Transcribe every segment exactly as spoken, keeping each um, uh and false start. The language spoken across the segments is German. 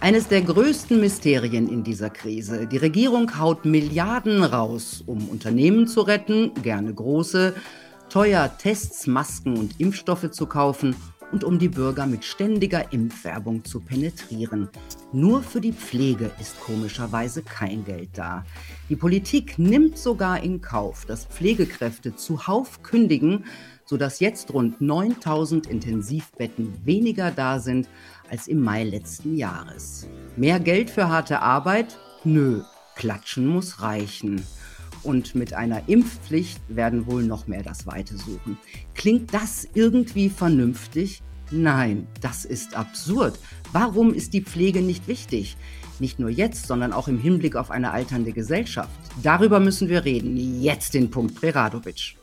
Eines der größten Mysterien in dieser Krise. Die Regierung haut Milliarden raus, um Unternehmen zu retten, gerne große, teuer Tests, Masken und Impfstoffe zu kaufen und um die Bürger mit ständiger Impfwerbung zu penetrieren. Nur für die Pflege ist komischerweise kein Geld da. Die Politik nimmt sogar in Kauf, dass Pflegekräfte zuhauf kündigen, sodass jetzt rund neuntausend Intensivbetten weniger da sind als im Mai letzten Jahres. Mehr Geld für harte Arbeit? Nö, klatschen muss reichen. Und mit einer Impfpflicht werden wohl noch mehr das Weite suchen. Klingt das irgendwie vernünftig? Nein, das ist absurd. Warum ist die Pflege nicht wichtig? Nicht nur jetzt, sondern auch im Hinblick auf eine alternde Gesellschaft. Darüber müssen wir reden. Jetzt den Punkt Preradovic.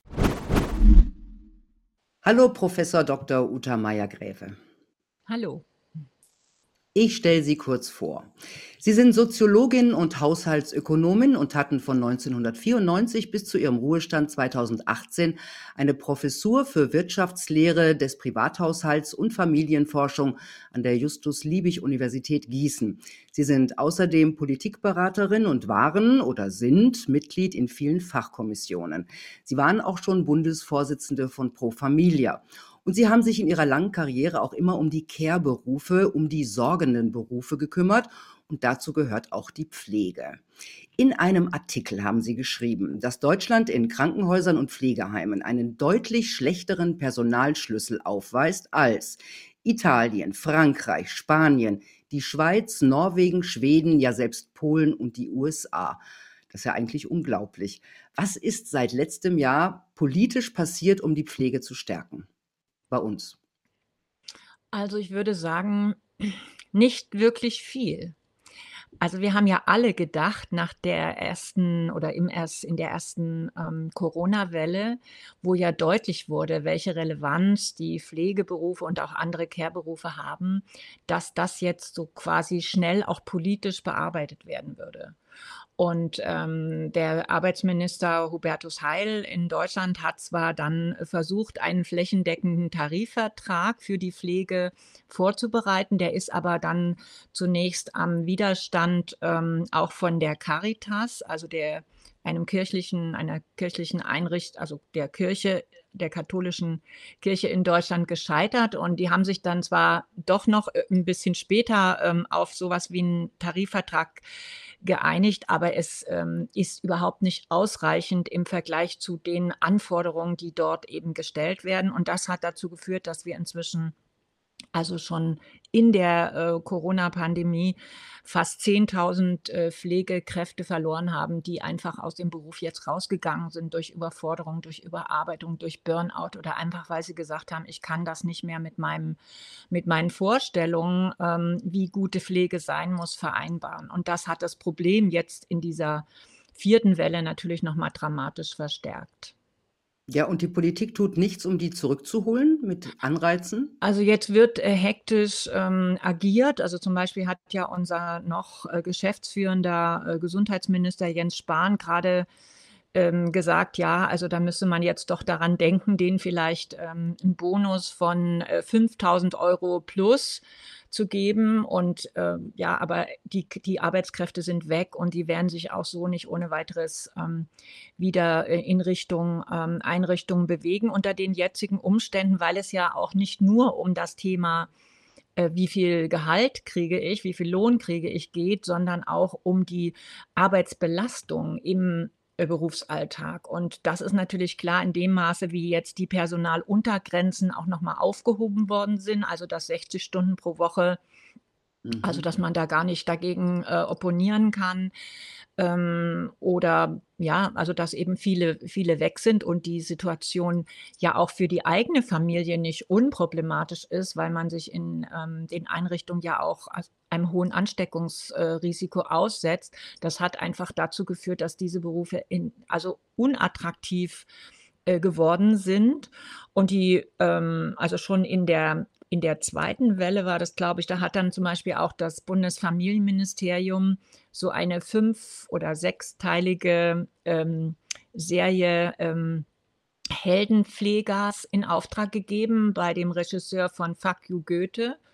Hallo, Professor Doktor Uta Meier-Gräfe. Hallo. Ich stelle Sie kurz vor. Sie sind Soziologin und Haushaltsökonomin und hatten von neunzehnhundertvierundneunzig bis zu ihrem Ruhestand zweitausendachtzehn eine Professur für Wirtschaftslehre des Privathaushalts und Familienforschung an der Justus-Liebig-Universität Gießen. Sie sind außerdem Politikberaterin und waren oder sind Mitglied in vielen Fachkommissionen. Sie waren auch schon Bundesvorsitzende von Pro Familia. Und Sie haben sich in Ihrer langen Karriere auch immer um die Care-Berufe, um die sorgenden Berufe gekümmert. Und dazu gehört auch die Pflege. In einem Artikel haben Sie geschrieben, dass Deutschland in Krankenhäusern und Pflegeheimen einen deutlich schlechteren Personalschlüssel aufweist als Italien, Frankreich, Spanien, die Schweiz, Norwegen, Schweden, ja selbst Polen und die U S A. Das ist ja eigentlich unglaublich. Was ist seit letztem Jahr politisch passiert, um die Pflege zu stärken? Bei uns? Also ich würde sagen, nicht wirklich viel. Also wir haben ja alle gedacht, nach der ersten oder im erst, in der ersten ähm, Corona-Welle, wo ja deutlich wurde, welche Relevanz die Pflegeberufe und auch andere Care-Berufe haben, dass das jetzt so quasi schnell auch politisch bearbeitet werden würde. Und ähm, der Arbeitsminister Hubertus Heil in Deutschland hat zwar dann versucht, einen flächendeckenden Tarifvertrag für die Pflege vorzubereiten, der ist aber dann zunächst am Widerstand ähm, auch von der Caritas, also der einem kirchlichen, einer kirchlichen Einrichtung, also der Kirche, der katholischen Kirche in Deutschland gescheitert. Und die haben sich dann zwar doch noch ein bisschen später ähm, auf sowas wie einen Tarifvertrag geeinigt, aber es ähm, ist überhaupt nicht ausreichend im Vergleich zu den Anforderungen, die dort eben gestellt werden. Und das hat dazu geführt, dass wir inzwischen also schon in der äh, Corona-Pandemie fast zehntausend äh, Pflegekräfte verloren haben, die einfach aus dem Beruf jetzt rausgegangen sind durch Überforderung, durch Überarbeitung, durch Burnout oder einfach, weil sie gesagt haben, ich kann das nicht mehr mit meinem, mit meinen Vorstellungen, ähm, wie gute Pflege sein muss, vereinbaren. Und das hat das Problem jetzt in dieser vierten Welle natürlich nochmal dramatisch verstärkt. Ja, und die Politik tut nichts, um die zurückzuholen mit Anreizen? Also jetzt wird äh, hektisch ähm, agiert. Also zum Beispiel hat ja unser noch äh, geschäftsführender äh, Gesundheitsminister Jens Spahn gerade ähm, gesagt, ja, also da müsse man jetzt doch daran denken, denen vielleicht ähm, einen Bonus von äh, fünftausend Euro plus zu geben. Und äh, ja, aber die, die Arbeitskräfte sind weg und die werden sich auch so nicht ohne weiteres ähm, wieder äh, in Richtung ähm, Einrichtungen bewegen unter den jetzigen Umständen, weil es ja auch nicht nur um das Thema äh, wie viel Gehalt kriege ich, wie viel Lohn kriege ich geht, sondern auch um die Arbeitsbelastung im äh, Berufsalltag. Und das ist natürlich klar in dem Maße, wie jetzt die Personaluntergrenzen auch nochmal aufgehoben worden sind, also dass sechzig Stunden pro Woche, also Mhm. dass man da gar nicht dagegen äh, opponieren kann. Ähm, oder ja, also dass eben viele, viele weg sind und die Situation ja auch für die eigene Familie nicht unproblematisch ist, weil man sich in ähm, den Einrichtungen ja auch einem hohen Ansteckungsrisiko aussetzt. Das hat einfach dazu geführt, dass diese Berufe in, also unattraktiv äh, geworden sind und die ähm, also schon in der in der zweiten Welle war das, glaube ich, da hat dann zum Beispiel auch das Bundesfamilienministerium so eine fünf- oder sechsteilige ähm, Serie ähm, Heldenpflegers in Auftrag gegeben bei dem Regisseur von Fuck You Goethe.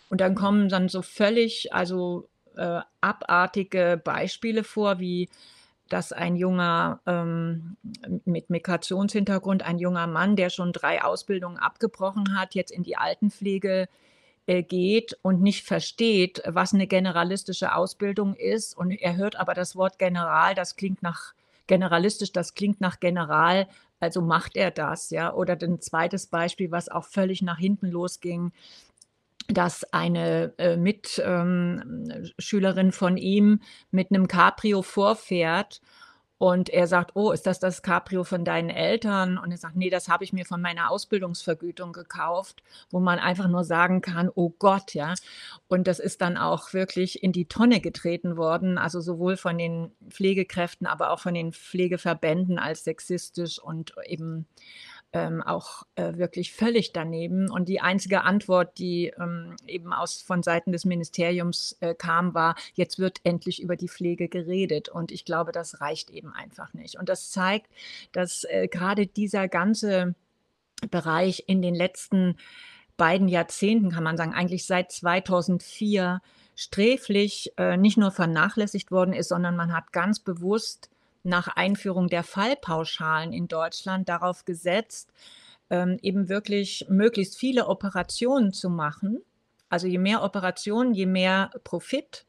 Und dann kommen dann so völlig, also äh, abartige Beispiele vor, wie dass ein junger ähm, mit Migrationshintergrund, ein junger Mann, der schon drei Ausbildungen abgebrochen hat, jetzt in die Altenpflege äh, geht und nicht versteht, was eine generalistische Ausbildung ist. Und er hört aber das Wort General, das klingt nach generalistisch, das klingt nach General, also macht er das, ja. Oder ein zweites Beispiel, was auch völlig nach hinten losging, dass eine äh, Mitschülerin ähm, von ihm mit einem Cabrio vorfährt und er sagt, oh, ist das das Cabrio von deinen Eltern? Und er sagt, nee, das habe ich mir von meiner Ausbildungsvergütung gekauft, wo man einfach nur sagen kann, oh Gott, ja. Und das ist dann auch wirklich in die Tonne getreten worden, also sowohl von den Pflegekräften, aber auch von den Pflegeverbänden als sexistisch und eben ähm, auch äh, wirklich völlig daneben. Und die einzige Antwort, die ähm, eben aus, von Seiten des Ministeriums äh, kam, war, jetzt wird endlich über die Pflege geredet. Und ich glaube, das reicht eben einfach nicht. Und das zeigt, dass äh, gerade dieser ganze Bereich in den letzten beiden Jahrzehnten, kann man sagen, eigentlich seit zweitausendvier sträflich äh, nicht nur vernachlässigt worden ist, sondern man hat ganz bewusst nach Einführung der Fallpauschalen in Deutschland darauf gesetzt, ähm, eben wirklich möglichst viele Operationen zu machen. Also je mehr Operationen, je mehr Profit.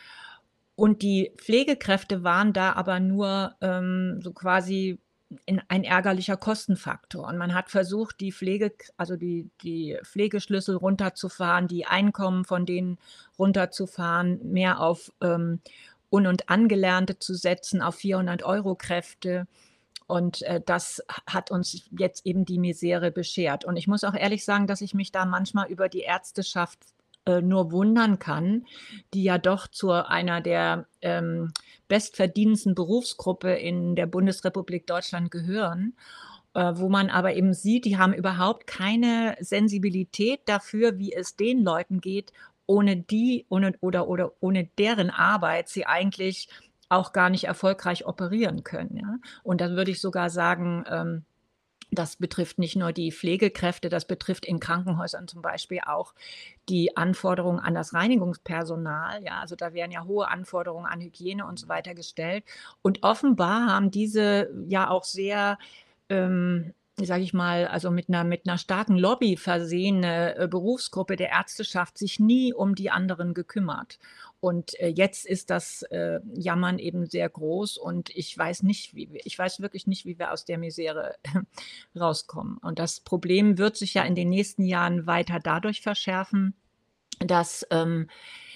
Und die Pflegekräfte waren da aber nur ähm, so quasi in ein ärgerlicher Kostenfaktor. Und man hat versucht, die Pflege, also die, die Pflegeschlüssel runterzufahren, die Einkommen von denen runterzufahren, mehr auf ähm, Un- und Angelernte zu setzen, auf vierhundert-Euro-Kräfte. Und äh, das hat uns jetzt eben die Misere beschert. Und ich muss auch ehrlich sagen, dass ich mich da manchmal über die Ärzteschaft äh, nur wundern kann, die ja doch zu einer der ähm, bestverdienendsten Berufsgruppe in der Bundesrepublik Deutschland gehören, äh, wo man aber eben sieht, die haben überhaupt keine Sensibilität dafür, wie es den Leuten geht, ohne die ohne, oder, oder ohne deren Arbeit sie eigentlich auch gar nicht erfolgreich operieren können. Ja? Und dann würde ich sogar sagen, ähm, das betrifft nicht nur die Pflegekräfte, das betrifft in Krankenhäusern zum Beispiel auch die Anforderungen an das Reinigungspersonal. Ja, also da werden ja hohe Anforderungen an Hygiene und so weiter gestellt. Und offenbar haben diese ja auch sehr, ähm, sage ich mal, also mit einer, mit einer starken Lobby versehene äh, Berufsgruppe der Ärzteschaft sich nie um die anderen gekümmert. Und äh, jetzt ist das äh, Jammern eben sehr groß und ich weiß nicht, wie wir, ich weiß wirklich nicht, wie wir aus der Misere rauskommen. Und das Problem wird sich ja in den nächsten Jahren weiter dadurch verschärfen, dass ähm,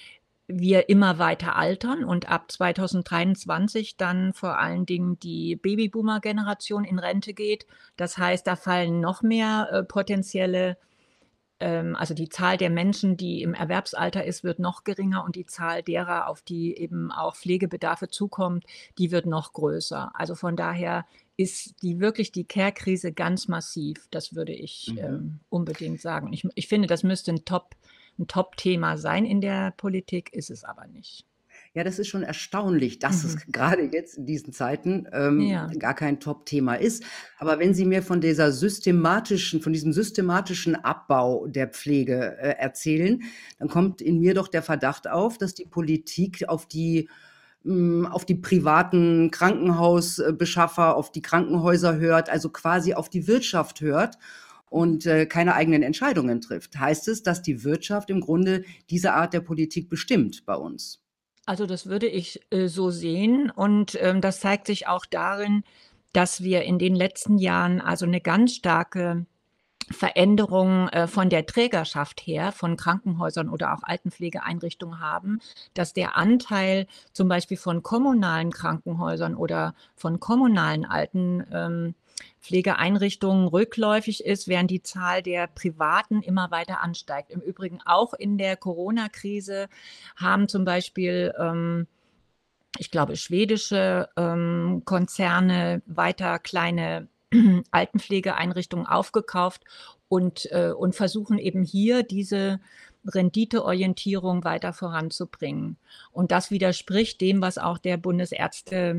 wir immer weiter altern und ab zweitausenddreiundzwanzig dann vor allen Dingen die Babyboomer-Generation in Rente geht. Das heißt, da fallen noch mehr äh, potenzielle, ähm, also die Zahl der Menschen, die im Erwerbsalter ist, wird noch geringer und die Zahl derer, auf die eben auch Pflegebedarfe zukommt, die wird noch größer. Also von daher ist die wirklich die Care-Krise ganz massiv. Das würde ich Mhm. ähm, unbedingt sagen. Ich, ich finde, das müsste ein Top, ein Top-Thema sein in der Politik, ist es aber nicht. Ja, das ist schon erstaunlich, dass es Mhm. gerade jetzt in diesen Zeiten ähm, Ja. gar kein Top-Thema ist. Aber wenn Sie mir von dieser systematischen, von diesem systematischen Abbau der Pflege äh, erzählen, dann kommt in mir doch der Verdacht auf, dass die Politik auf die mh, auf die privaten Krankenhausbeschaffer, auf die Krankenhäuser hört, also quasi auf die Wirtschaft hört und äh, keine eigenen Entscheidungen trifft. Heißt es, dass die Wirtschaft im Grunde diese Art der Politik bestimmt bei uns? Also das würde ich äh, so sehen und ähm, das zeigt sich auch darin, dass wir in den letzten Jahren also eine ganz starke Veränderung äh, von der Trägerschaft her, von Krankenhäusern oder auch Altenpflegeeinrichtungen haben, dass der Anteil zum Beispiel von kommunalen Krankenhäusern oder von kommunalen Altenpflegeeinrichtungen Pflegeeinrichtungen rückläufig ist, während die Zahl der privaten immer weiter ansteigt. Im Übrigen auch in der Corona-Krise haben zum Beispiel ähm, ich glaube, schwedische ähm, Konzerne weiter kleine Altenpflegeeinrichtungen aufgekauft und, äh, und versuchen eben hier diese Renditeorientierung weiter voranzubringen. Und das widerspricht dem, was auch der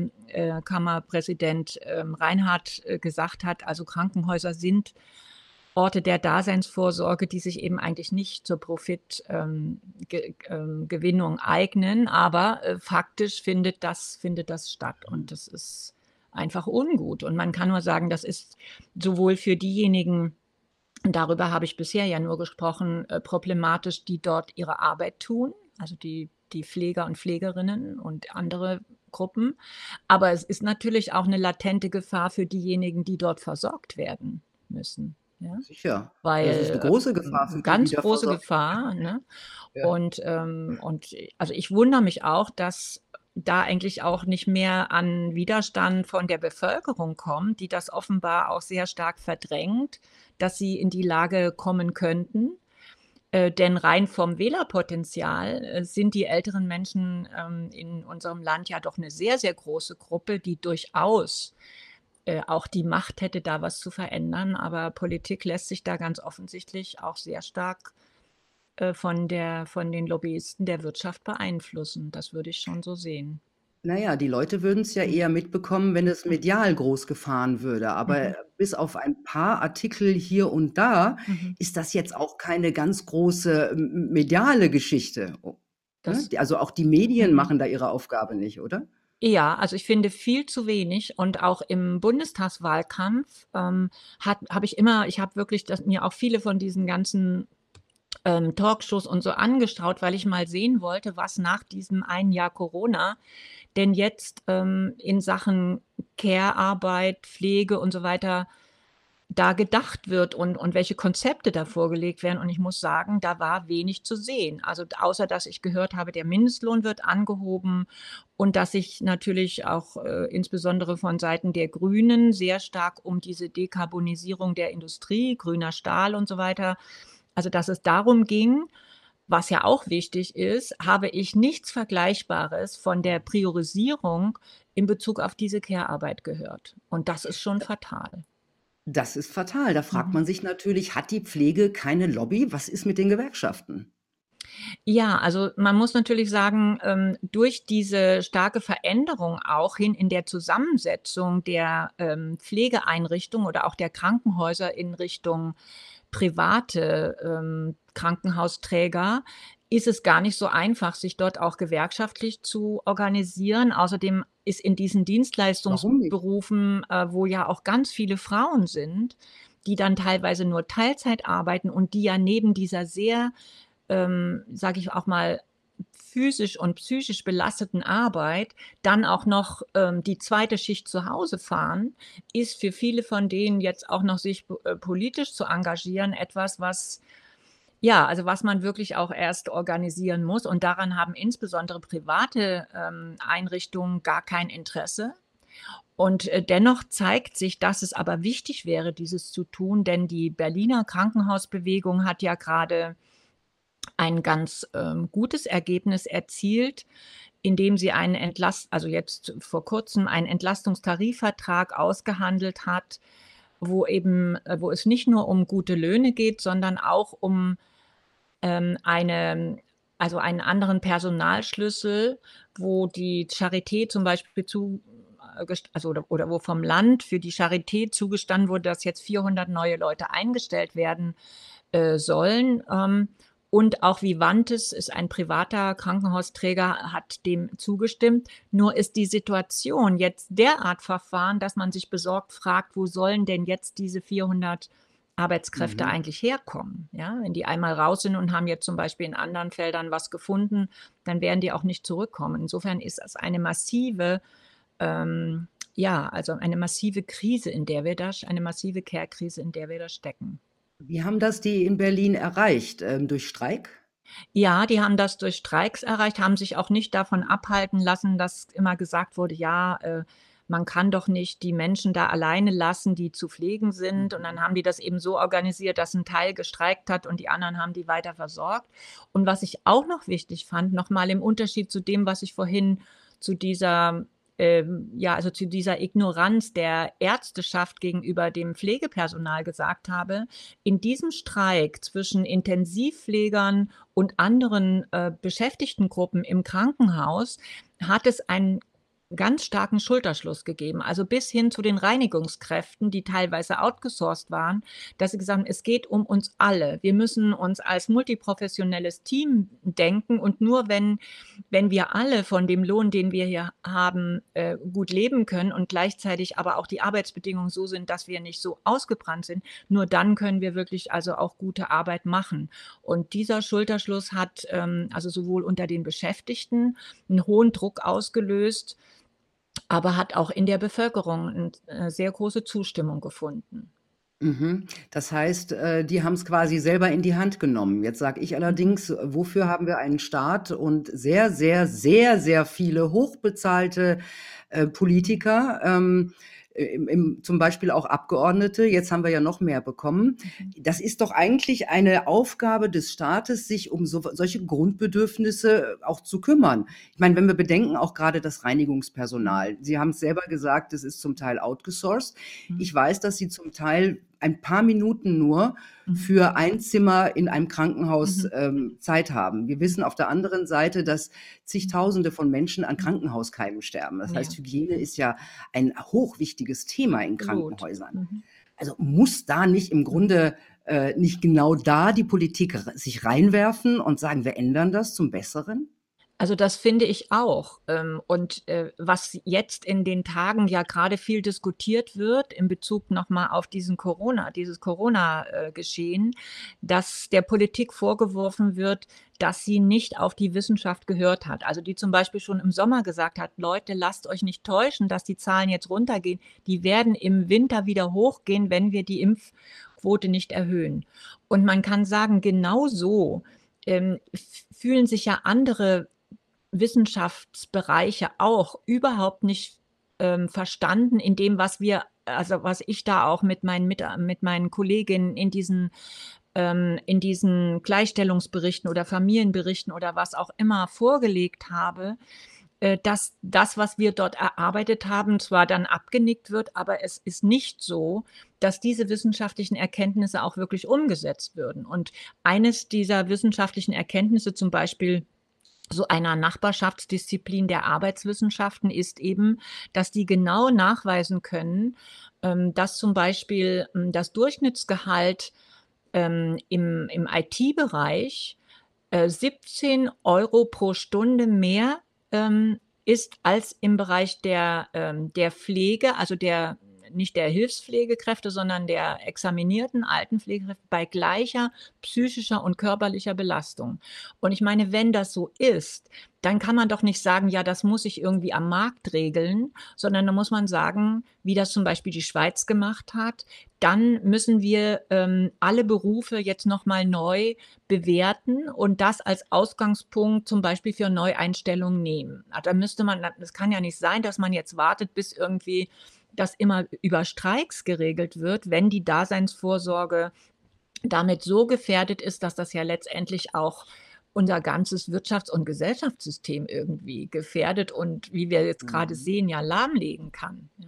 Bundesärztekammerpräsident ähm, Reinhardt äh, gesagt hat. Also Krankenhäuser sind Orte der Daseinsvorsorge, die sich eben eigentlich nicht zur Profit, ähm, Ge ähm, Gewinnung eignen, aber, äh, faktisch findet das findet das statt und das ist einfach ungut. Und man kann nur sagen, das ist sowohl für diejenigen, darüber habe ich bisher ja nur gesprochen, äh, problematisch, die dort ihre Arbeit tun, also die die Pfleger und Pflegerinnen und andere Gruppen. Aber es ist natürlich auch eine latente Gefahr für diejenigen, die dort versorgt werden müssen, ja? Sicher. Das ist eine Weil, große Gefahr ähm, für die, die ganz da große versorgt Gefahr, ne? ja. Und, ähm und also, ich wundere mich auch, dass da eigentlich auch nicht mehr an Widerstand von der Bevölkerung kommt, die das offenbar auch sehr stark verdrängt, dass sie in die Lage kommen könnten. Äh, denn rein vom Wählerpotenzial, äh, sind die älteren Menschen, ähm, in unserem Land ja doch eine sehr, sehr große Gruppe, die durchaus, äh, auch die Macht hätte, da was zu verändern. Aber Politik lässt sich da ganz offensichtlich auch sehr stark, äh, von der von den Lobbyisten der Wirtschaft beeinflussen. Das würde ich schon so sehen. Na ja, die Leute würden's ja Mhm. eher mitbekommen, wenn es Mhm. medial groß gefahren würde. Aber Mhm. bis auf ein paar Artikel hier und da Mhm. ist das jetzt auch keine ganz große m m mediale Geschichte, o ne? Das Die also, auch die Medien mhm. machen da ihre Aufgabe nicht, oder? Ja, also ich finde viel zu wenig und auch im Bundestagswahlkampf, ähm, hat habe ich immer ich habe wirklich das mir auch viele von diesen ganzen, ähm, Talkshows und so angeschaut, weil ich mal sehen wollte, was nach diesem einen Jahr Corona denn jetzt, ähm, in Sachen Care-Arbeit, Pflege und so weiter da gedacht wird und und welche Konzepte da vorgelegt werden. Und ich muss sagen, da war wenig zu sehen. Also, außer dass ich gehört habe, der Mindestlohn wird angehoben und dass sich natürlich auch, äh, insbesondere von Seiten der Grünen sehr stark um diese Dekarbonisierung der Industrie, grüner Stahl und so weiter, also, dass es darum ging, was ja auch wichtig ist, habe ich nichts Vergleichbares von der Priorisierung in Bezug auf diese Care-Arbeit gehört. Und das ist schon fatal. Das ist fatal. Da fragt Mhm. man sich natürlich: „Hat die Pflege keine Lobby? Was ist mit den Gewerkschaften?“ Ja, also man muss natürlich sagen, ähm, durch diese starke Veränderung auch hin in der Zusammensetzung der, ähm, Pflegeeinrichtungen oder auch der Krankenhäuser in Richtung private, ähm, Krankenhausträger, ist es gar nicht so einfach, sich dort auch gewerkschaftlich zu organisieren. Außerdem ist in diesen Warum nicht? Dienstleistungsberufen, äh, wo ja auch ganz viele Frauen sind, die dann teilweise nur Teilzeit arbeiten und die ja neben dieser sehr, ähm, sage ich auch mal, physisch und psychisch belasteten Arbeit dann auch noch, ähm, die zweite Schicht zu Hause fahren, ist für viele von denen jetzt auch noch sich p äh, politisch zu engagieren etwas, was ja, also was man wirklich auch erst organisieren muss. Und daran haben insbesondere private, ähm, Einrichtungen gar kein Interesse. Und, äh, dennoch zeigt sich, dass es aber wichtig wäre, dieses zu tun, denn die Berliner Krankenhausbewegung hat ja gerade ein ganz, ähm, gutes Ergebnis erzielt, indem sie einen Entlast also jetzt vor Kurzem einen Entlastungstarifvertrag ausgehandelt hat, wo eben äh, wo es nicht nur um gute Löhne geht, sondern auch um, ähm, eine also einen anderen Personalschlüssel, wo die Charité zum Beispiel zu äh, gest also oder oder wo vom Land für die Charité zugestanden wurde, dass jetzt vierhundert neue Leute eingestellt werden, äh, sollen. Ähm, und auch Vivantes ist ein privater Krankenhausträger, hat dem zugestimmt. Nur ist die Situation jetzt derart verfahren, dass man sich besorgt fragt: „Wo sollen denn jetzt diese vierhundert Arbeitskräfte Mhm. eigentlich herkommen?“ Ja, wenn die einmal raus sind und haben jetzt zum Beispiel in anderen Feldern was gefunden, dann werden die auch nicht zurückkommen. Insofern ist das eine massive, ähm ja, also eine massive Krise, in der wir da sch eine massive Care-Krise, in der wir da stecken. Wie haben das die in Berlin erreicht? Ähm, durch Streik? Ja, die haben das durch Streiks erreicht, haben sich auch nicht davon abhalten lassen, dass immer gesagt wurde: „Ja, äh, man kann doch nicht die Menschen da alleine lassen, die zu pflegen sind.“ Und Mhm. dann haben die das eben so organisiert, dass 'n Teil gestreikt hat und die anderen haben die weiter versorgt. Und was ich auch noch wichtig fand, noch mal im Unterschied zu dem, was ich vorhin zu dieser ähm, ja, also zu dieser Ignoranz der Ärzteschaft gegenüber dem Pflegepersonal gesagt habe: In diesem Streik zwischen Intensivpflegern und anderen, äh, Beschäftigtengruppen im Krankenhaus hat es ein ganz starken Schulterschluss gegeben, also bis hin zu den Reinigungskräften, die teilweise outgesourced waren, dass sie gesagt haben, es geht um uns alle. Wir müssen uns als multiprofessionelles Team denken und nur wenn, wenn wir alle von dem Lohn, den wir hier haben, äh, gut leben können und gleichzeitig aber auch die Arbeitsbedingungen so sind, dass wir nicht so ausgebrannt sind, nur dann können wir wirklich also auch gute Arbeit machen. Und dieser Schulterschluss hat ähm, also sowohl unter den Beschäftigten einen hohen Druck ausgelöst, aber hat auch in der Bevölkerung eine sehr große Zustimmung gefunden. Mhm. Das heißt, äh, die haben es quasi selber in die Hand genommen. Jetzt sage ich allerdings, wofür haben wir einen Staat und sehr, sehr, sehr, sehr viele hochbezahlte äh, Politiker, ähm, im, im, zum Beispiel auch Abgeordnete, jetzt haben wir ja noch mehr bekommen. Das ist doch eigentlich eine Aufgabe des Staates, sich um so, solche Grundbedürfnisse auch zu kümmern. Ich meine, wenn wir bedenken, auch gerade das Reinigungspersonal. Sie haben es selber gesagt, es ist zum Teil outgesourced. Ich weiß, dass Sie zum Teil ein paar Minuten nur für ein Zimmer in einem Krankenhaus Mhm. ähm, Zeit haben. Wir wissen auf der anderen Seite, dass zigtausende von Menschen an Krankenhauskeimen sterben. Das Ja. heißt, Hygiene ist ja ein hochwichtiges Thema in Absolut. Krankenhäusern. Mhm. Also muss da nicht im Grunde äh, nicht genau da die Politik r- sich reinwerfen und sagen, wir ändern das zum Besseren? Also das finde ich auch. Ähm, Und äh, was jetzt in den Tagen ja gerade viel diskutiert wird in Bezug nochmal auf diesen Corona, dieses Corona-Geschehen, dass der Politik vorgeworfen wird, dass sie nicht auf die Wissenschaft gehört hat. Also die zum Beispiel schon im Sommer gesagt hat, Leute, lasst euch nicht täuschen, dass die Zahlen jetzt runtergehen. Die werden im Winter wieder hochgehen, wenn wir die Impfquote nicht erhöhen. Und man kann sagen, genau so ähm, f- fühlen sich ja andere Wissenschaftsbereiche auch überhaupt nicht ähm, verstanden in dem, was wir, also was ich da auch mit meinen, mit, mit meinen Kolleginnen in diesen, ähm, in diesen Gleichstellungsberichten oder Familienberichten oder was auch immer vorgelegt habe, äh, dass das, was wir dort erarbeitet haben, zwar dann abgenickt wird, aber es ist nicht so, dass diese wissenschaftlichen Erkenntnisse auch wirklich umgesetzt würden. Und eines dieser wissenschaftlichen Erkenntnisse, zum Beispiel so einer Nachbarschaftsdisziplin der Arbeitswissenschaften, ist eben, dass die genau nachweisen können, ähm, dass zum Beispiel ähm, das Durchschnittsgehalt ähm, im, im I T-Bereich äh, siebzehn Euro pro Stunde mehr ähm, ist als im Bereich der, ähm, der Pflege, also der nicht der Hilfspflegekräfte, sondern der examinierten Altenpflegekräfte bei gleicher psychischer und körperlicher Belastung. Und ich meine, wenn das so ist, dann kann man doch nicht sagen, ja, das muss ich irgendwie am Markt regeln, sondern da muss man sagen, wie das zum Beispiel die Schweiz gemacht hat, dann müssen wir ähm, alle Berufe jetzt nochmal neu bewerten und das als Ausgangspunkt zum Beispiel für Neueinstellungen nehmen. Also da müsste man, das kann ja nicht sein, dass man jetzt wartet, bis irgendwie das immer über Streiks geregelt wird, wenn die Daseinsvorsorge damit so gefährdet ist, dass das ja letztendlich auch unser ganzes Wirtschafts- und Gesellschaftssystem irgendwie gefährdet und, wie wir jetzt gerade sehen, ja lahmlegen kann. Ja.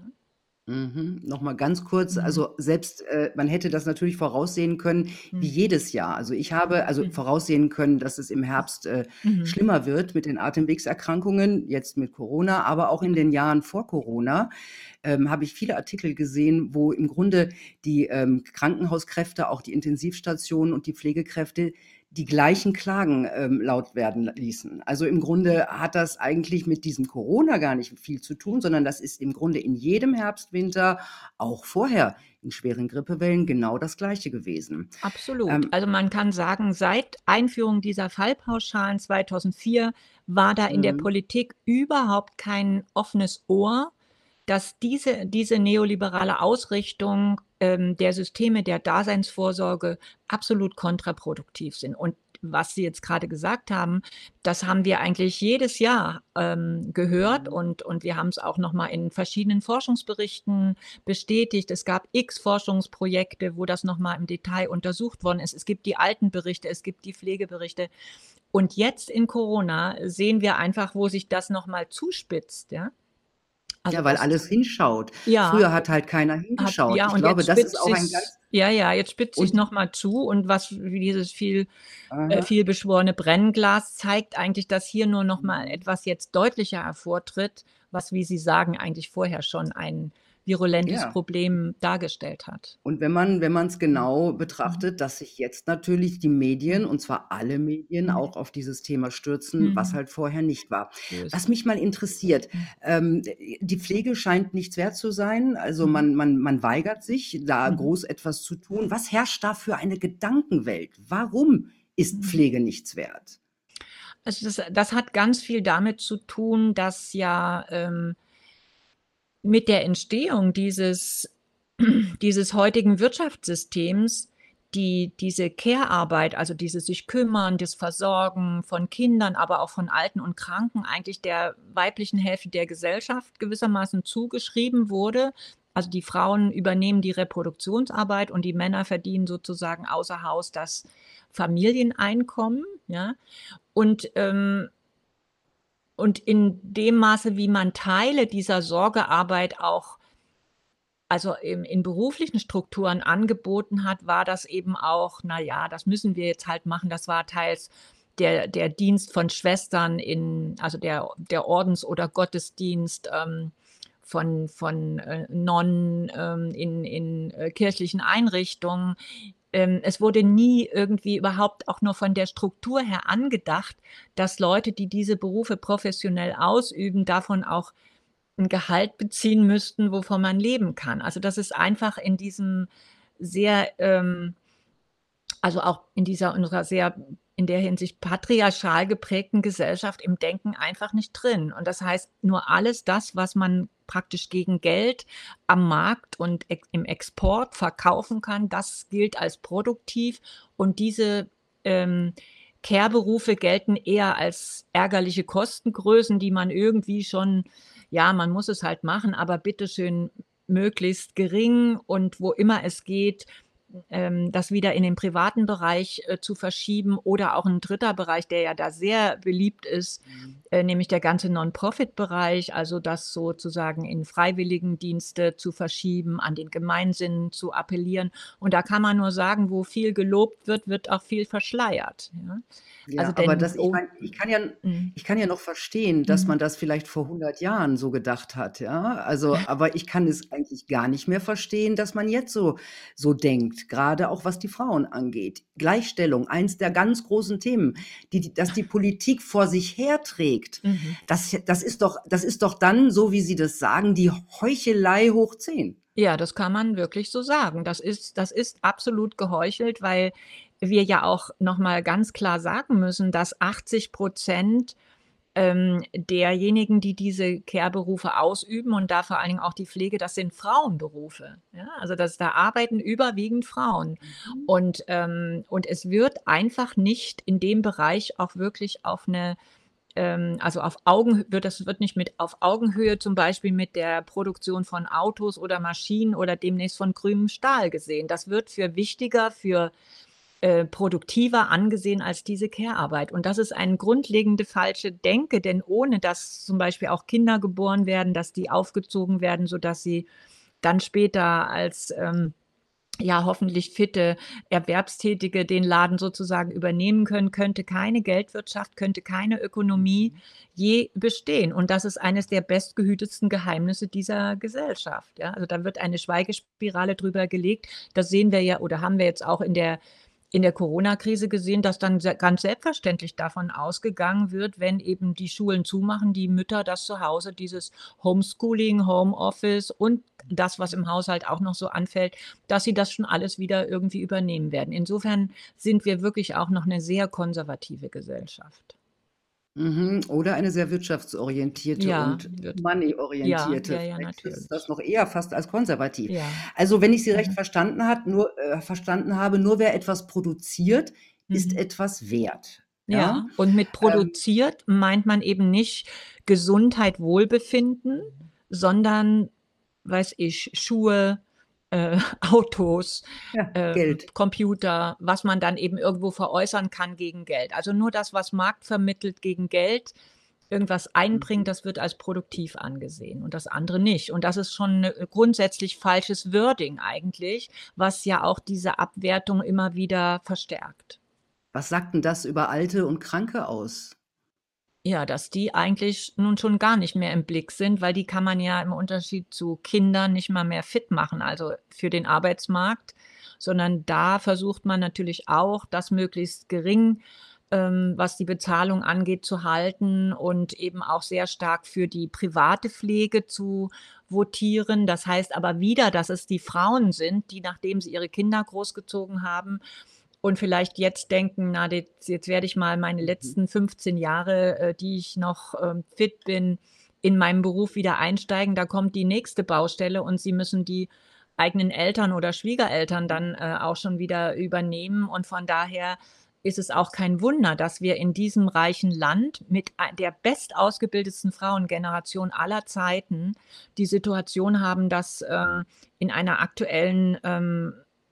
Mhm. Noch mal ganz kurz, Mhm. also selbst äh, man hätte das natürlich voraussehen können, wie Mhm. jedes Jahr. Also ich habe also Mhm. voraussehen können, dass es im Herbst äh, Mhm. schlimmer wird mit den Atemwegserkrankungen, jetzt mit Corona, aber auch in den Jahren vor Corona ähm, habe ich viele Artikel gesehen, wo im Grunde die ähm, Krankenhauskräfte, auch die Intensivstationen und die Pflegekräfte die gleichen Klagen ähm, laut werden ließen. Also im Grunde hat das eigentlich mit diesem Corona gar nicht viel zu tun, sondern das ist im Grunde in jedem Herbst, Winter, auch vorher in schweren Grippewellen genau das Gleiche gewesen. Absolut. Ähm, Also man kann sagen, seit Einführung dieser Fallpauschalen zweitausendvier war da in der mh, Politik überhaupt kein offenes Ohr, dass diese, diese neoliberale Ausrichtung ähm, der Systeme der Daseinsvorsorge absolut kontraproduktiv sind. Und was Sie jetzt gerade gesagt haben, das haben wir eigentlich jedes Jahr ähm, gehört und, und wir haben es auch nochmal in verschiedenen Forschungsberichten bestätigt. Es gab x Forschungsprojekte, wo das nochmal im Detail untersucht worden ist. Es gibt die alten Berichte, es gibt die Pflegeberichte. Und jetzt in Corona sehen wir einfach, wo sich das nochmal zuspitzt. Ja? Also Ja, weil das alles hinschaut. ja, Früher hat halt keiner hat hingeschaut. ja, Ich und glaube, jetzt das ist spitzt auch ein sich's ganz ja, ja, jetzt spitzt sich's und noch mal zu und was wie dieses viel äh, Aha. vielbeschworene Brennglas zeigt eigentlich, dass hier nur noch mal Mhm. etwas jetzt deutlicher hervortritt, was, wie Sie sagen, eigentlich vorher schon ein virulentes Ja. Problem dargestellt hat. Und wenn man wenn man's Mhm. genau Mhm. betrachtet, dass sich jetzt natürlich die Medien, Mhm. und zwar alle Medien, Mhm. auch auf dieses Thema stürzen, was Mhm. halt vorher nicht war. So ist Was es. mich mal interessiert, Mhm. ähm, äh, die Pflege scheint nichts wert zu sein. Also, Mhm. man man man weigert sich, da Mhm. groß etwas zu tun. Was herrscht da für eine Gedankenwelt? Warum ist Mhm. Pflege nichts wert? Also, das das hat ganz viel damit zu tun, dass ja, ähm mit der Entstehung dieses dieses heutigen Wirtschaftssystems, die diese Care-Arbeit, also dieses sich kümmern, das Versorgen von Kindern, aber auch von Alten und Kranken eigentlich der weiblichen Hälfte der Gesellschaft gewissermaßen zugeschrieben wurde. Also, die Frauen übernehmen die Reproduktionsarbeit und die Männer verdienen sozusagen außer Haus das Familieneinkommen, ja? Und, ähm und in dem Maße, wie man Teile dieser Sorgearbeit auch also, im in beruflichen Strukturen angeboten hat, war das eben auch: „Na ja, das müssen wir jetzt halt machen.“ Das war teils der der Dienst von Schwestern in also, der der Ordens oder Gottesdienst, ähm, von von, äh, Nonnen, ähm, in in, äh, kirchlichen Einrichtungen. Ähm, es wurde nie irgendwie überhaupt auch nur von der Struktur her angedacht, dass Leute, die diese Berufe professionell ausüben, davon auch 'n Gehalt beziehen müssten, wovon man leben kann. Also, das ist einfach in diesem sehr, ähm also, auch in dieser unserer sehr in der Hinsicht patriarchal geprägten Gesellschaft im Denken einfach nicht drin. Und das heißt, nur alles das, was man praktisch gegen Geld am Markt und ex im Export verkaufen kann, das gilt als produktiv. Und diese, ähm, Care-Berufe gelten eher als ärgerliche Kostengrößen, die man irgendwie schon ja, man muss es halt machen, aber bitte schön möglichst gering und wo immer es geht, ähm, das wieder in den privaten Bereich, äh, zu verschieben oder auch 'n dritter Bereich, der ja da sehr beliebt ist, Mhm. äh, nämlich der ganze Non-Profit-Bereich, also, das sozusagen in Freiwilligendienste zu verschieben, an den Gemeinsinn zu appellieren. Und da kann man nur sagen, wo viel gelobt wird, wird auch viel verschleiert, ja? Also, Ja, aber denn das ich oh meine, ich kann ja mhm. ich kann ja noch verstehen, dass Mhm. man das vielleicht vor hundert Jahren so gedacht hat, ja? Also, aber ich kann es eigentlich gar nicht mehr verstehen, dass man jetzt so so denkt, grade auch was die Frauen angeht. Gleichstellung, eins der ganz großen Themen, die die dass die Politik vor sich herträgt. Mhm. Das das ist doch das ist doch dann, so wie Sie das sagen, die Heuchelei hoch zehn. Ja, das kann man wirklich so sagen. Das ist das ist absolut geheuchelt, weil wir ja auch noch mal ganz klar sagen müssen, dass achtzig Prozent, ähm, derjenigen, die diese Care-Berufe ausüben und da vor allen Dingen auch die Pflege, das sind Frauenberufe, ja? Also, das da arbeiten überwiegend Frauen. Mhm. Und, ähm und es wird einfach nicht in dem Bereich auch wirklich auf 'ne ähm, also, auf Augenhö wird das wird nicht mit auf Augenhöhe zum Beispiel mit der Produktion von Autos oder Maschinen oder demnächst von grünem Stahl gesehen. Das wird für wichtiger, für, äh, produktiver angesehen als diese Care-Arbeit. Und das ist eine grundlegende falsche Denke, denn ohne dass zum Beispiel auch Kinder geboren werden, dass die aufgezogen werden, sodass sie dann später als, ähm, ja, hoffentlich fitte Erwerbstätige den Laden sozusagen übernehmen können, könnte keine Geldwirtschaft, könnte keine Ökonomie Mhm. je bestehen. Und das ist eines der bestgehütetsten Geheimnisse dieser Gesellschaft, ja? Also, da wird eine Schweigespirale drüber gelegt. Das sehen wir ja oder haben wir jetzt auch in der in der Corona-Krise gesehen, dass dann se ganz selbstverständlich davon ausgegangen wird, wenn eben die Schulen zumachen, die Mütter, dass zu Hause dieses Homeschooling, Homeoffice und das, was im Haushalt auch noch so anfällt, dass sie das schon alles wieder irgendwie übernehmen werden. Insofern sind wir wirklich auch noch 'ne sehr konservative Gesellschaft. Mhm, oder eine sehr wirtschaftsorientierte Ja, und wird ja, money-orientierte. ja, ja, Vielleicht ist das natürlich. noch eher fast als konservativ. Ja. Also, wenn ich Sie recht Mhm. verstanden hat nur äh, verstanden habe, nur wer etwas produziert, ist Mhm. etwas wert, ja? Ja, und mit Ähm produziert meint man eben nicht Gesundheit, Wohlbefinden, Mhm. sondern, weiß ich, Schuhe, äh, Autos, Ja, ähm, Geld. Computer, was man dann eben irgendwo veräußern kann gegen Geld. Also, nur das, was Markt vermittelt gegen Geld, irgendwas Mhm. einbringt, das wird als produktiv angesehen und das andere nicht. Und das ist schon 'ne grundsätzlich falsches Wording eigentlich, was ja auch diese Abwertung immer wieder verstärkt. Was sagt 'n das über Alte und Kranke aus? Ja, dass die eigentlich nun schon gar nicht mehr im Blick sind, weil die kann man ja im Unterschied zu Kindern nicht mal mehr fit machen, also für den Arbeitsmarkt, sondern da versucht man natürlich auch, das möglichst gering, ähm, was die Bezahlung angeht, zu halten und eben auch sehr stark für die private Pflege zu votieren. Das heißt aber wieder, dass es die Frauen sind, die, nachdem sie ihre Kinder großgezogen haben und vielleicht jetzt denken: „Na, jetzt jetzt werde ich mal meine Mhm. letzten fünfzehn Jahre, äh, die ich noch, ähm, fit bin, in meinem Beruf wieder einsteigen.“ Da kommt die nächste Baustelle und sie müssen die eigenen Eltern oder Schwiegereltern dann, äh, auch schon wieder übernehmen. Und von daher ist es auch kein Wunder, dass wir in diesem reichen Land mit ei der bestausgebildetsten Frauengeneration aller Zeiten die Situation haben, dass, ähm, in einer aktuellen, ähm,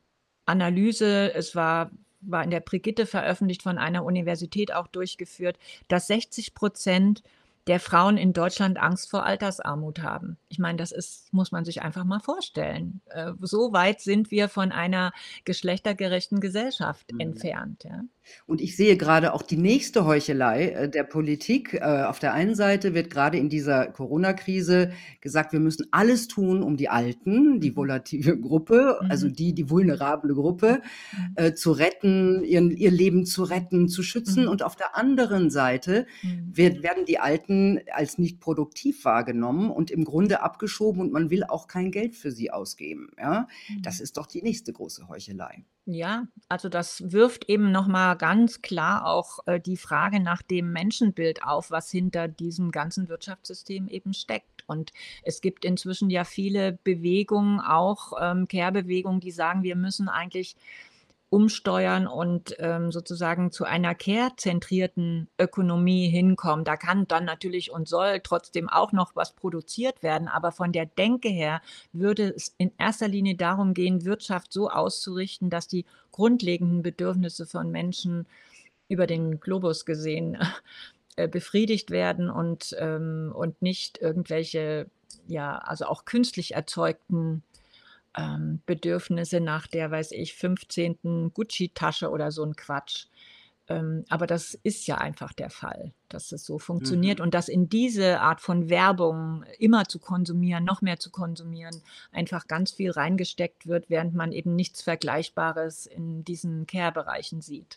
Analyse es war war in der Brigitte veröffentlicht, von einer Universität auch durchgeführt, dass sechzig Prozent der Frauen in Deutschland Angst vor Altersarmut haben. Ich meine, das ist muss man sich einfach mal vorstellen. Äh, so weit sind wir von einer geschlechtergerechten Gesellschaft Mhm. entfernt, ja. Und ich sehe grade auch die nächste Heuchelei, äh, der Politik. Äh, auf der einen Seite wird grade in dieser Corona-Krise gesagt, wir müssen alles tun, um die Alten, die Mhm. volative Gruppe, also Mhm. die die vulnerable Gruppe, Mhm. äh, zu retten, ihren ihr Leben zu retten, zu schützen. Mhm. Und auf der anderen Seite Mhm. wird werden die Alten als nicht produktiv wahrgenommen und im Grunde abgeschoben und man will auch kein Geld für sie ausgeben, ja? Das Mhm. ist doch die nächste große Heuchelei. Ja, also das wirft eben noch mal ganz klar auch, äh, die Frage nach dem Menschenbild auf, was hinter diesem ganzen Wirtschaftssystem eben steckt. Und es gibt inzwischen ja viele Bewegungen, auch, ähm, Care-Bewegungen, die sagen, wir müssen eigentlich umsteuern und, ähm, sozusagen zu einer care-zentrierten Ökonomie hinkommen. Da kann dann natürlich und soll trotzdem auch noch was produziert werden, aber von der Denke her würde es in erster Linie darum gehen, Wirtschaft so auszurichten, dass die grundlegenden Bedürfnisse von Menschen über den Globus gesehen, äh, befriedigt werden und, ähm und nicht irgendwelche, ja, also auch künstlich erzeugten, ähm, Bedürfnisse nach der, weiß ich, fünfzehnten Gucci-Tasche oder so 'n Quatsch. Ähm, aber das ist ja einfach der Fall, dass es so funktioniert Mhm. und dass in diese Art von Werbung immer zu konsumieren, noch mehr zu konsumieren, einfach ganz viel reingesteckt wird, während man eben nichts Vergleichbares in diesen Care-Bereichen sieht.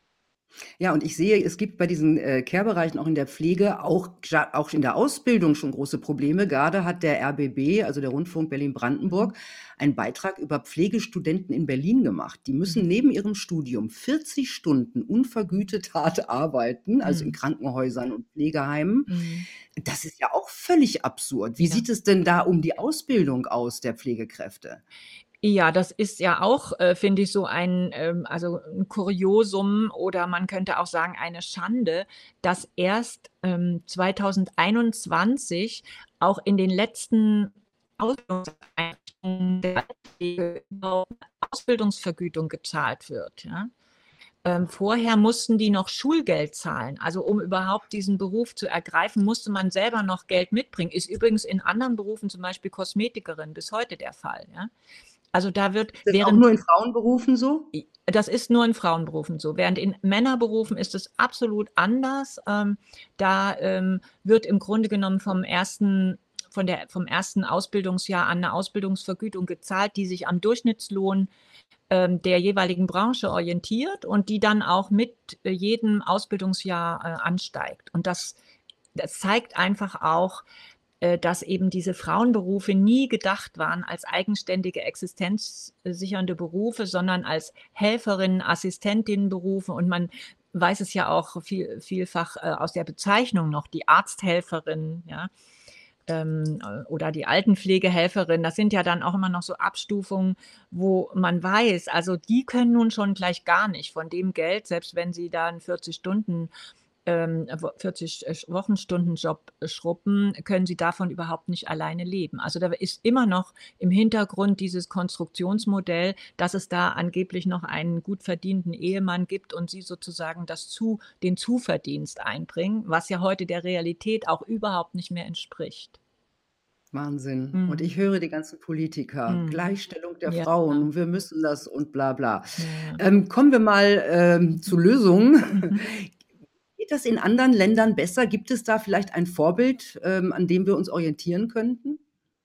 Ja, und ich sehe, es gibt bei diesen, äh, Care-Bereichen auch in der Pflege, auch gra auch in der Ausbildung schon große Probleme. Grade hat der R B B, also der Rundfunk Mhm. Berlin-Brandenburg, einen Beitrag über Pflegestudenten in Berlin gemacht. Die müssen Mhm. neben ihrem Studium vierzig Stunden unvergütet hart arbeiten, also in Mhm. Krankenhäusern und Pflegeheimen. Mhm. Das ist ja auch völlig absurd. Wie Ja. sieht es denn da um die Ausbildung aus der Pflegekräfte? Ja, das ist ja auch, äh, finde ich, so ein, ähm also 'n Kuriosum oder man könnte auch sagen, eine Schande, dass erst, ähm, zweitausendeinundzwanzig auch in den letzten Ausbildungseinrichtungen der Altenpflege überhaupt 'ne Ausbildungsvergütung gezahlt wird, ja? Ähm, vorher mussten die noch Schulgeld zahlen. Also, um überhaupt diesen Beruf zu ergreifen, musste man selber noch Geld mitbringen. Ist übrigens in anderen Berufen, zum Beispiel Kosmetikerin, bis heute der Fall, ja? Also, da wird Ist das auch während nur in Frauenberufen so? I das ist nur in Frauenberufen so. Während in Männerberufen ist es absolut anders. Ähm, da, ähm, wird im Grunde genommen vom ersten von der vom ersten Ausbildungsjahr an 'ne Ausbildungsvergütung gezahlt, die sich am Durchschnittslohn, ähm, der jeweiligen Branche orientiert und die dann auch mit, äh, jedem Ausbildungsjahr, äh, ansteigt. Und das das zeigt einfach auch, äh, dass eben diese Frauenberufe nie gedacht waren als eigenständige existenzsichernde Berufe, sondern als Helferinnen, Assistentinnenberufe. Und man weiß es ja auch viel vielfach, äh, aus der Bezeichnung noch, die Arzthelferin, ja, ähm, äh, oder die Altenpflegehelferin. Das sind ja dann auch immer noch so Abstufungen, wo man weiß, also die können nun schon gleich gar nicht von dem Geld, selbst wenn sie da 'n vierzig Stunden ähm, wo vierzig äh, Wochenstunden-Job schruppen, können sie davon überhaupt nicht alleine leben. Also, da ist immer noch im Hintergrund dieses Konstruktionsmodell, dass es da angeblich noch einen gut verdienenden Ehemann gibt und sie sozusagen das zu den Zuverdienst einbringen, was ja heute der Realität auch überhaupt nicht mehr entspricht. Wahnsinn. Und Mhm. ich höre die ganzen Politiker, Mhm. Gleichstellung der Ja. Frauen und wir müssen das und bla bla. Ja, ja. Ähm, kommen wir mal, ähm, zu Lösungen. Mhm. Geht das in anderen Ländern besser? Gibt es da vielleicht ein Vorbild, ähm, an dem wir uns orientieren könnten?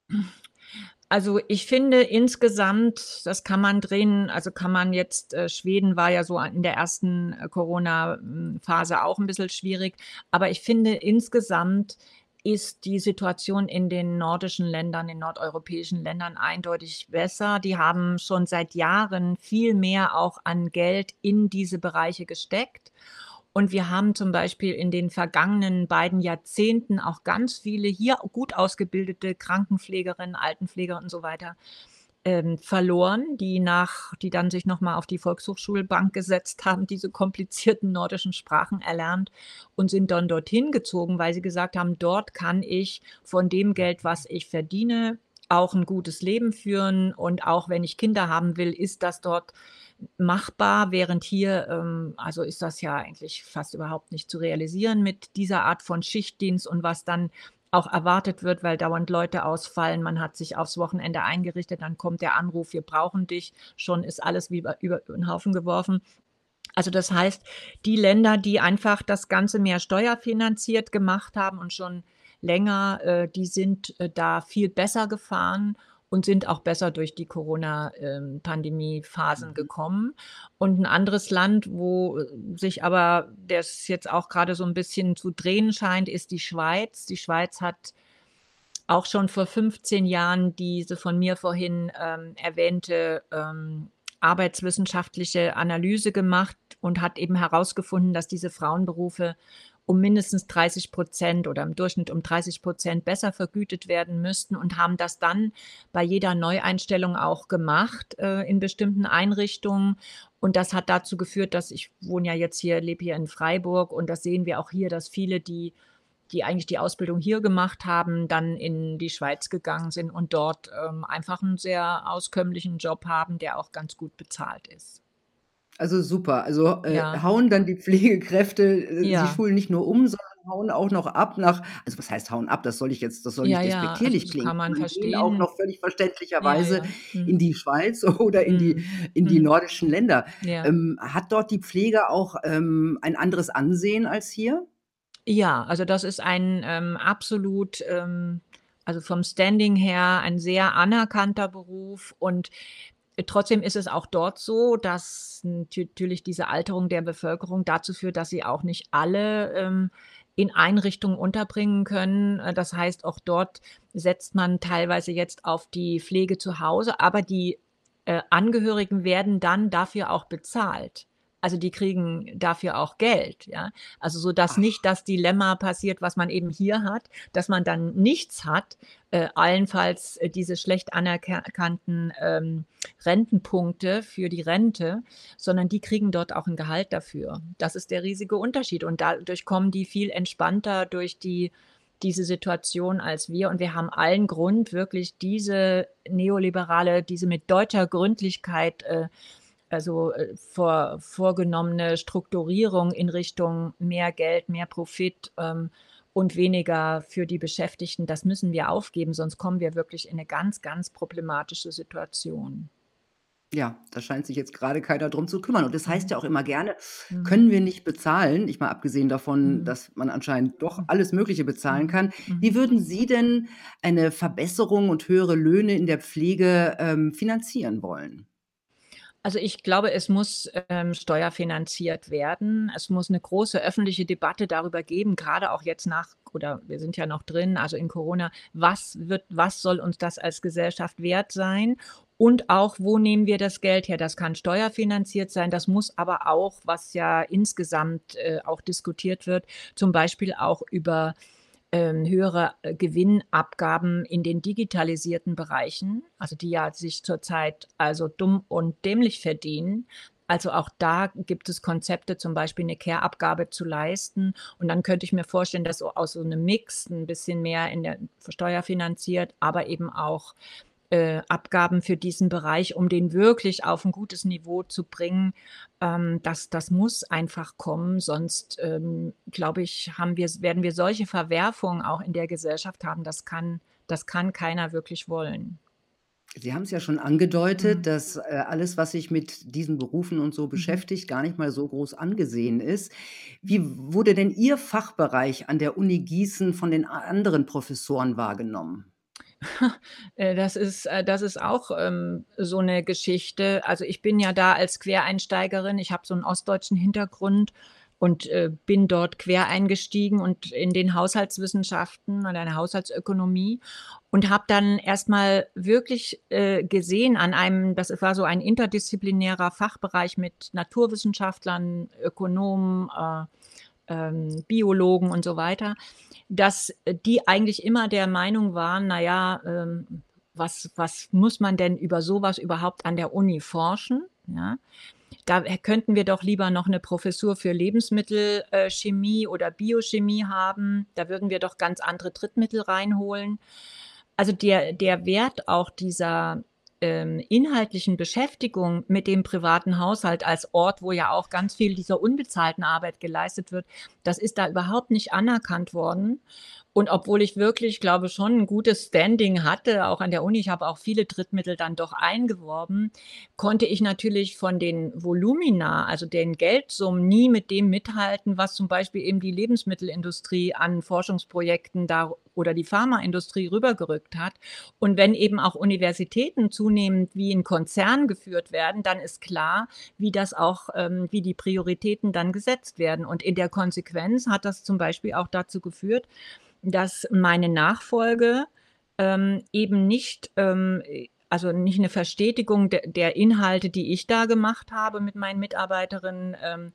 Also, ich finde insgesamt, das kann man drehen also, kann man jetzt äh, Schweden war ja so an in der ersten äh, Corona, hm, Phase auch 'n bisschen schwierig. Aber ich finde, insgesamt ist die Situation in den nordischen Ländern, in nordeuropäischen Ländern eindeutig besser. Die haben schon seit Jahren viel mehr auch an Geld in diese Bereiche gesteckt. Und wir haben zum Beispiel in den vergangenen beiden Jahrzehnten auch ganz viele hier gut ausgebildete Krankenpflegerinnen, Altenpfleger und so weiter, ähm, verloren, die nach die dann sich noch mal auf die Volkshochschulbank gesetzt haben, diese komplizierten nordischen Sprachen erlernt und sind dann dorthin gezogen, weil sie gesagt haben: „Dort kann ich von dem Geld, was ich verdiene, auch 'n gutes Leben führen und auch wenn ich Kinder haben will, ist das dort machbar.“ Während hier ähm, also, ist das ja eigentlich fast überhaupt nicht zu realisieren mit dieser Art von Schichtdienst und was dann auch erwartet wird, weil dauernd Leute ausfallen. Man hat sich aufs Wochenende eingerichtet, dann kommt der Anruf: „Wir brauchen dich.“ Schon ist alles wie über über über 'n Haufen geworfen. Also, das heißt, die Länder, die einfach das Ganze mehr steuerfinanziert gemacht haben und schon länger, äh, die sind, äh, da viel besser gefahren und sind auch besser durch die Corona ähm, Pandemiephasen Mhm. gekommen. Und 'n anderes Land, wo, äh, sich aber das jetzt auch grade so 'n bisschen zu drehen scheint, ist die Schweiz. Die Schweiz hat auch schon vor fünfzehn Jahren diese von mir vorhin, ähm, erwähnte, ähm, arbeitswissenschaftliche Analyse gemacht und hat eben herausgefunden, dass diese Frauenberufe um mindestens dreißig Prozent oder im Durchschnitt um dreißig Prozent besser vergütet werden müssten und haben das dann bei jeder Neueinstellung auch gemacht, äh, in bestimmten Einrichtungen. Und das hat dazu geführt, dass ich wohne ja jetzt hier lebe hier in Freiburg und das sehen wir auch hier, dass viele, die die eigentlich die Ausbildung hier gemacht haben, dann in die Schweiz gegangen sind und dort, ähm, einfach 'n sehr auskömmlichen Job haben, der auch ganz gut bezahlt ist. Also, super. Also, äh, Ja. hauen dann die Pflegekräfte äh, sie Ja. schulen nicht nur um, sondern hauen auch noch ab nach also, was heißt hauen ab? Das soll ich jetzt das soll Ja, nicht ja, also, despektierlich das klingen, kann man sondern gehen auch verstehen. noch völlig Ja, verständlicherweise ja. in Mhm. die Schweiz oder in die Mhm. in die Mhm. nordischen Länder. Ja. Ähm, hat dort die Pflege auch, ähm, ein anderes Ansehen als hier? Ja, also, das ist ein, ähm, absolut, ähm also, vom Standing her ein sehr anerkannter Beruf und trotzdem ist es auch dort so, dass natü türlich diese Alterung der Bevölkerung dazu führt, dass sie auch nicht alle, ähm, in Einrichtungen unterbringen können. Äh, das heißt, auch dort setzt man teilweise jetzt auf die Pflege zu Hause, aber die, äh, Angehörigen werden dann dafür auch bezahlt. Also, die kriegen dafür auch Geld, ja? Also, sodass nicht Ach. das Dilemma passiert, was man eben hier hat, dass man dann nichts hat, äh, allenfalls, äh, diese schlecht anerka kannten, ähm, Rentenpunkte für die Rente, sondern die kriegen dort auch 'n Gehalt dafür. Das ist der riesige Unterschied und dadurch kommen die viel entspannter durch die diese Situation als wir und wir haben allen Grund, wirklich diese neoliberale diese mit deutscher Gründlichkeit, äh, also, äh, vor vorgenommene Strukturierung in Richtung mehr Geld, mehr Profit, ähm, und weniger für die Beschäftigten, das müssen wir aufgeben, sonst kommen wir wirklich in 'ne ganz, ganz problematische Situation. Ja, da scheint sich jetzt grade keiner drum zu kümmern. Und das heißt Mhm. ja auch immer gerne: Mhm. „Können wir nicht bezahlen“, ich mal abgesehen davon, Mhm. dass man anscheinend doch Mhm. alles Mögliche bezahlen Mhm. kann. Wie Mhm. würden Sie denn eine Verbesserung und höhere Löhne in der Pflege, ähm, finanzieren wollen? Also, ich glaube, es muss, ähm, steuerfinanziert werden. Es muss 'ne große öffentliche Debatte darüber geben, grade auch jetzt nach oder wir sind ja noch drin, also, in Corona. Was wird was soll uns das als Gesellschaft wert sein? Und auch, wo nehmen wir das Geld her? Das kann steuerfinanziert sein, das muss aber auch, was ja insgesamt, äh, auch diskutiert wird, zum Beispiel auch über, ähm, höhere, äh, Gewinnabgaben in den digitalisierten Bereichen, also, die ja sich zurzeit, also, dumm und dämlich verdienen. Also, auch da gibt es Konzepte, zum Beispiel 'ne Care-Abgabe zu leisten. Und dann könnte ich mir vorstellen, dass so aus so 'nem Mix 'n bisschen mehr in der steuerfinanziert, aber eben auch, äh, Abgaben für diesen Bereich, um den wirklich auf 'n gutes Niveau zu bringen. Ähm, das das muss einfach kommen, sonst, ähm, glaube ich, haben wir werden wir solche Verwerfungen auch in der Gesellschaft haben, das kann das kann keiner wirklich wollen. Sie haben's ja schon angedeutet, Mhm. dass, äh, alles, was sich mit diesen Berufen und so Mhm. beschäftigt, gar nicht mal so groß angesehen ist. Wie wurde denn Ihr Fachbereich an der Uni Gießen von den a anderen Professoren wahrgenommen? Äh, das ist äh, das ist auch, ähm, so 'ne Geschichte. Also, ich bin ja da als Quereinsteigerin ich habe so 'n ostdeutschen Hintergrund und, äh, bin dort quer eingestiegen und in den Haushaltswissenschaften oder in der Haushaltsökonomie und habe dann erst mal wirklich, äh, gesehen an einem das war so ein interdisziplinärer Fachbereich mit Naturwissenschaftlern, Ökonomen, äh, ähm, Biologen und so weiter, dass die eigentlich immer der Meinung waren: „Na ja, ähm, was was muss man denn über so was überhaupt an der Uni forschen, ja? Da hä könnten wir doch lieber noch 'ne Professur für Lebensmittel äh, Chemie oder Biochemie haben. Da würden wir doch ganz andere Drittmittel reinholen.“ Also, der der Wert auch dieser, ähm, inhaltlichen Beschäftigung mit dem privaten Haushalt als Ort, wo ja auch ganz viel dieser unbezahlten Arbeit geleistet wird, das ist da überhaupt nicht anerkannt worden. Und obwohl ich wirklich, glaube schon 'n gutes Standing hatte, auch an der Uni, ich habe auch viele Drittmittel dann doch eingeworben, konnte ich natürlich von den Volumina, also den Geldsummen, nie mit dem mithalten, was zum Beispiel eben die Lebensmittelindustrie an Forschungsprojekten da oder die Pharmaindustrie rübergerückt hat. Und wenn eben auch Universitäten zunehmend wie 'n Konzern geführt werden, dann ist klar, wie das auch ähm, wie die Prioritäten dann gesetzt werden. Und in der Konsequenz hat das zum Beispiel auch dazu geführt, dass meine Nachfolge, ähm, eben nicht ähm, äh, also nicht 'ne Verstetigung de der Inhalte, die ich da gemacht habe mit meinen Mitarbeiterinnen, ähm,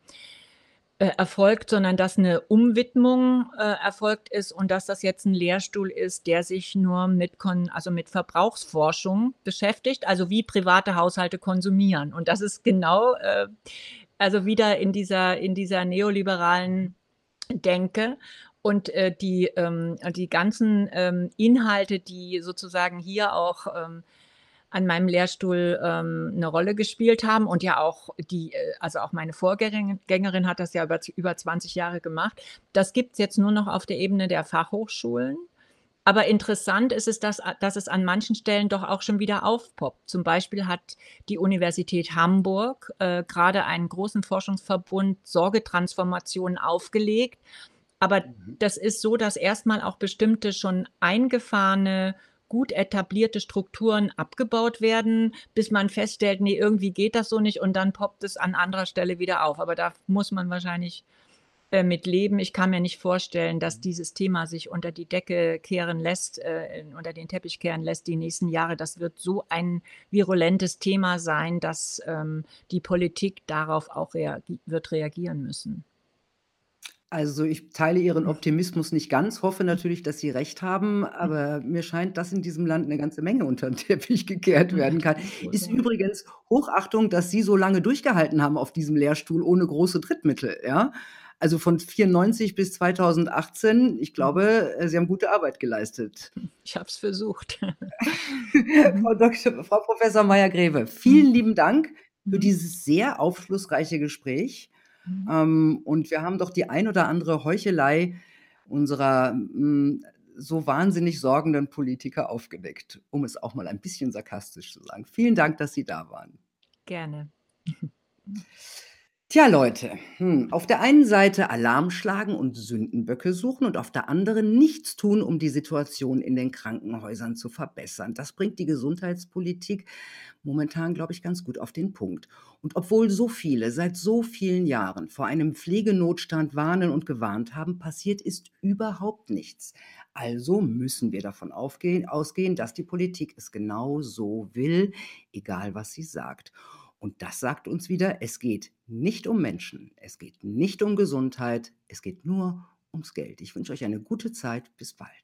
äh, erfolgt, sondern dass 'ne Umwidmung, äh, erfolgt ist und dass das jetzt 'n Lehrstuhl ist, der sich nur mit Kon also mit Verbrauchsforschung beschäftigt, also wie private Haushalte konsumieren. Und das ist genau, äh, also wieder in dieser in dieser neoliberalen Denke. Und, äh, die ähm, die ganzen, ähm, Inhalte, die sozusagen hier auch, ähm, an meinem Lehrstuhl, ähm, 'ne Rolle gespielt haben und ja auch die äh, also auch meine Vorgängerin Gängerin hat das ja über z über zwanzig Jahre gemacht. Das gibt's jetzt nur noch auf der Ebene der Fachhochschulen. Aber interessant ist es, dass a dass es an manchen Stellen doch auch schon wieder aufpoppt. Zum Beispiel hat die Universität Hamburg, äh, grade einen großen Forschungsverbund Sorgetransformation aufgelegt. Aber Mhm. das ist so, dass erst mal auch bestimmte schon eingefahrene, gut etablierte Strukturen abgebaut werden, bis man feststellt: „Ne, irgendwie geht das so nicht“, und dann poppt es an anderer Stelle wieder auf. Aber da f muss man wahrscheinlich, äh, mit leben. Ich kann mir nicht vorstellen, dass Mhm. dieses Thema sich unter die Decke kehren lässt äh, unter den Teppich kehren lässt die nächsten Jahre. Das wird so ein virulentes Thema sein, dass, ähm, die Politik darauf auch reagi wird reagieren müssen. Also, ich teile Ihren Hm. Optimismus nicht ganz, hoffe Hm. natürlich, dass Sie recht haben, Hm. aber mir scheint, dass in diesem Land 'ne ganze Menge unter 'n Teppich gekehrt Hm, werden kann. kann wohl Ist sein. übrigens Hochachtung, dass Sie so lange durchgehalten haben auf diesem Lehrstuhl ohne große Drittmittel, ja? Also, von vierundneunzig bis zweitausendachtzehn, ich Mhm. glaube, äh, Sie haben gute Arbeit geleistet. Hm, ich habe es versucht. Mhm. Frau Doktor Frau Professor Meier-Graewe, Mhm. vielen lieben Dank für Mhm. dieses sehr aufschlussreiche Gespräch. Mhm. Ähm, und wir haben doch die ein oder andere Heuchelei unserer, hm, so wahnsinnig sorgenden Politiker aufgedeckt, um es auch mal ein bisschen sarkastisch zu sagen. Vielen Dank, dass Sie da waren. Gerne. Tja, Leute, hm, auf der einen Seite Alarm schlagen und Sündenböcke suchen und auf der anderen nichts tun, um die Situation in den Krankenhäusern zu verbessern. Das bringt die Gesundheitspolitik momentan, glaube ich, ganz gut auf den Punkt. Und obwohl so viele seit so vielen Jahren vor einem Pflegenotstand warnen und gewarnt haben, passiert ist überhaupt nichts. Also müssen wir davon aufgehen ausgehen, dass die Politik es genau so will, egal was sie sagt. Und das sagt uns wieder, es geht nicht um Menschen, es geht nicht um Gesundheit, es geht nur ums Geld. Ich wünsche euch eine gute Zeit. Bis bald.